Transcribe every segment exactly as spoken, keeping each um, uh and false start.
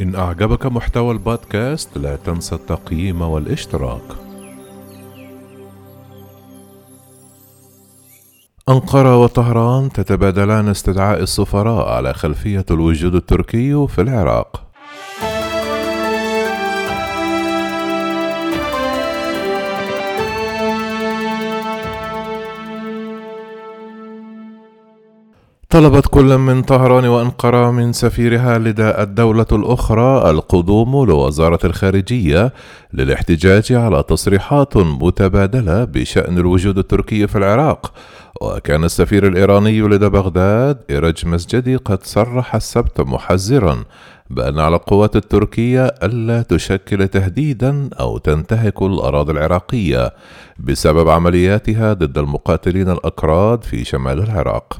إن أعجبك محتوى البودكاست لا تنسى التقييم والاشتراك. أنقرة وطهران تتبادلان استدعاء السفراء على خلفية الوجود التركي في العراق. طلبت كل من طهران وأنقرة من سفيرها لدى الدولة الأخرى القدوم لوزارة الخارجية للاحتجاج على تصريحات متبادلة بشأن الوجود التركي في العراق. وكان السفير الإيراني لدى بغداد إيرج مسجدي قد صرح السبت محذرا بأن على القوات التركية ألا تشكل تهديدا أو تنتهك الأراضي العراقية بسبب عملياتها ضد المقاتلين الأكراد في شمال العراق.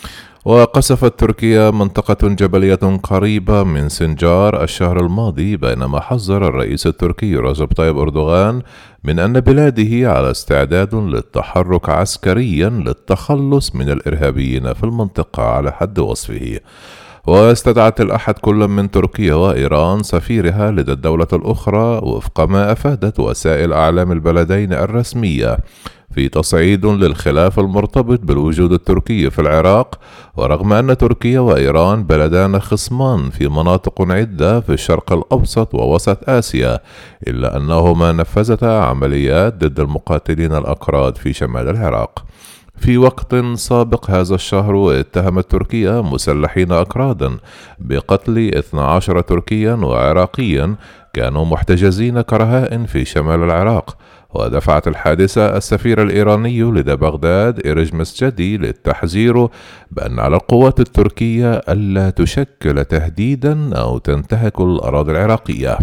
وقصفت تركيا منطقة جبلية قريبة من سنجار الشهر الماضي، بينما حذر الرئيس التركي رجب طيب أردوغان من أن بلاده على استعداد للتحرك عسكريا للتخلص من الإرهابيين في المنطقة على حد وصفه. واستدعت الأحد كل من تركيا وإيران سفيرها لدى الدولة الأخرى وفق ما أفادت وسائل أعلام البلدين الرسمية في تصعيد للخلاف المرتبط بالوجود التركي في العراق. ورغم أن تركيا وإيران بلدان خصمان في مناطق عدة في الشرق الأوسط ووسط آسيا، إلا أنهما نفذتا عمليات ضد المقاتلين الأكراد في شمال العراق. في وقت سابق هذا الشهر اتهمت تركيا مسلحين أكرادا بقتل اثني عشر تركيا وعراقيا كانوا محتجزين كرهائن في شمال العراق. ودفعت الحادثة السفير الإيراني لدى بغداد إيرج مسجدي للتحذير بأن على القوات التركية ألا تشكل تهديدا أو تنتهك الأراضي العراقية.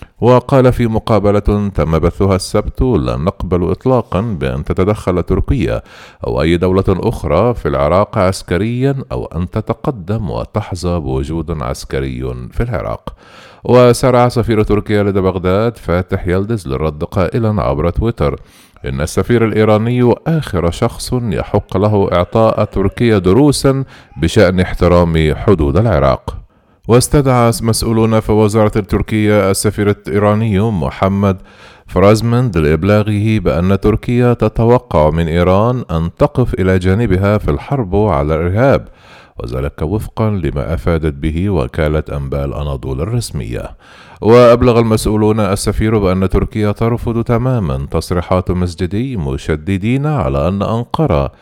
وقال في مقابلة تم بثها السبت: لا نقبل إطلاقا بأن تتدخل تركيا أو أي دولة أخرى في العراق عسكريا أو أن تتقدم وتحظى بوجود عسكري في العراق. وسارع سفير تركيا لدى بغداد فاتح يلدز للرد قائلا عبر تويتر إن السفير الإيراني آخر شخص يحق له إعطاء تركيا دروسا بشأن احترام حدود العراق. واستدعى مسؤولون في وزارة التركية السفير الإيراني محمد فرازمند لإبلاغه بأن تركيا تتوقع من إيران أن تقف إلى جانبها في الحرب على الإرهاب، وذلك وفقا لما أفادت به وكالة أنباء الأناضول الرسمية. وأبلغ المسؤولون السفير بأن تركيا ترفض تماما تصريحات مسجدي، مشددين على أن أنقرة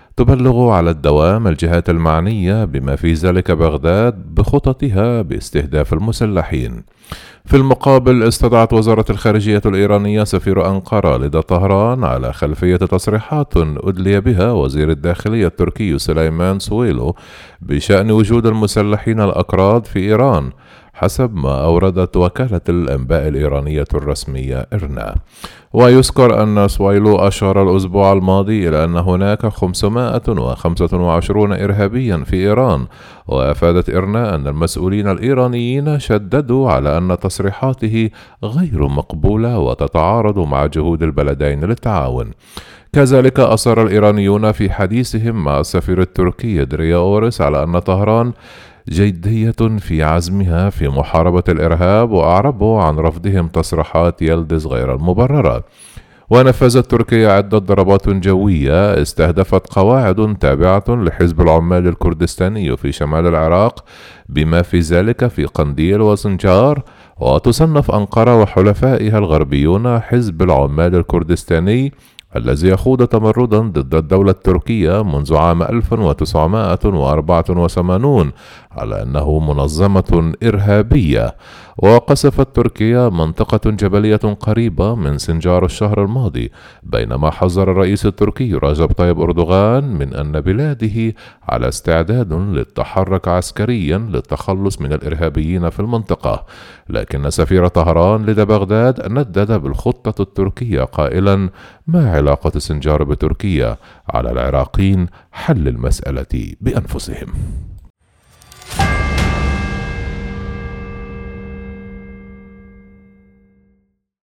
تبلغ على الدوام الجهات المعنية بما في ذلك بغداد بخططها باستهداف المسلحين. في المقابل استدعت وزارة الخارجية الإيرانية سفير أنقرة لدى طهران على خلفية تصريحات أدلي بها وزير الداخلية التركي سليمان سويلو بشأن وجود المسلحين الأكراد في إيران، حسب ما أوردت وكالة الأنباء الإيرانية الرسمية إرنا. ويذكر أن سويلو أشار الأسبوع الماضي إلى أن هناك خمسمائة وخمسة وعشرين إرهابيا في إيران. وأفادت إرنا أن المسؤولين الإيرانيين شددوا على أن تصريحاته غير مقبولة وتتعارض مع جهود البلدين للتعاون. كذلك أصر الإيرانيون في حديثهم مع السفير التركي دريا أورس على أن طهران جدية في عزمها في محاربة الإرهاب، وأعربوا عن رفضهم تصريحات يلدز غير المبررة. ونفذت تركيا عدة ضربات جوية استهدفت قواعد تابعة لحزب العمال الكردستاني في شمال العراق، بما في ذلك في قنديل وسنجار. وتصنف أنقرة وحلفائها الغربيون حزب العمال الكردستاني الذي يخوض تمردا ضد الدولة التركية منذ عام ألف وتسعمائة وأربعة وثمانين على أنه منظمة إرهابية. وقصفت تركيا منطقة جبلية قريبة من سنجار الشهر الماضي، بينما حذر الرئيس التركي رجب طيب أردوغان من أن بلاده على استعداد للتحرك عسكريا للتخلص من الإرهابيين في المنطقة. لكن سفير طهران لدى بغداد ندد بالخطة التركية قائلا: ما علاقة سنجار بتركيا؟ على العراقيين حل المسألة بأنفسهم.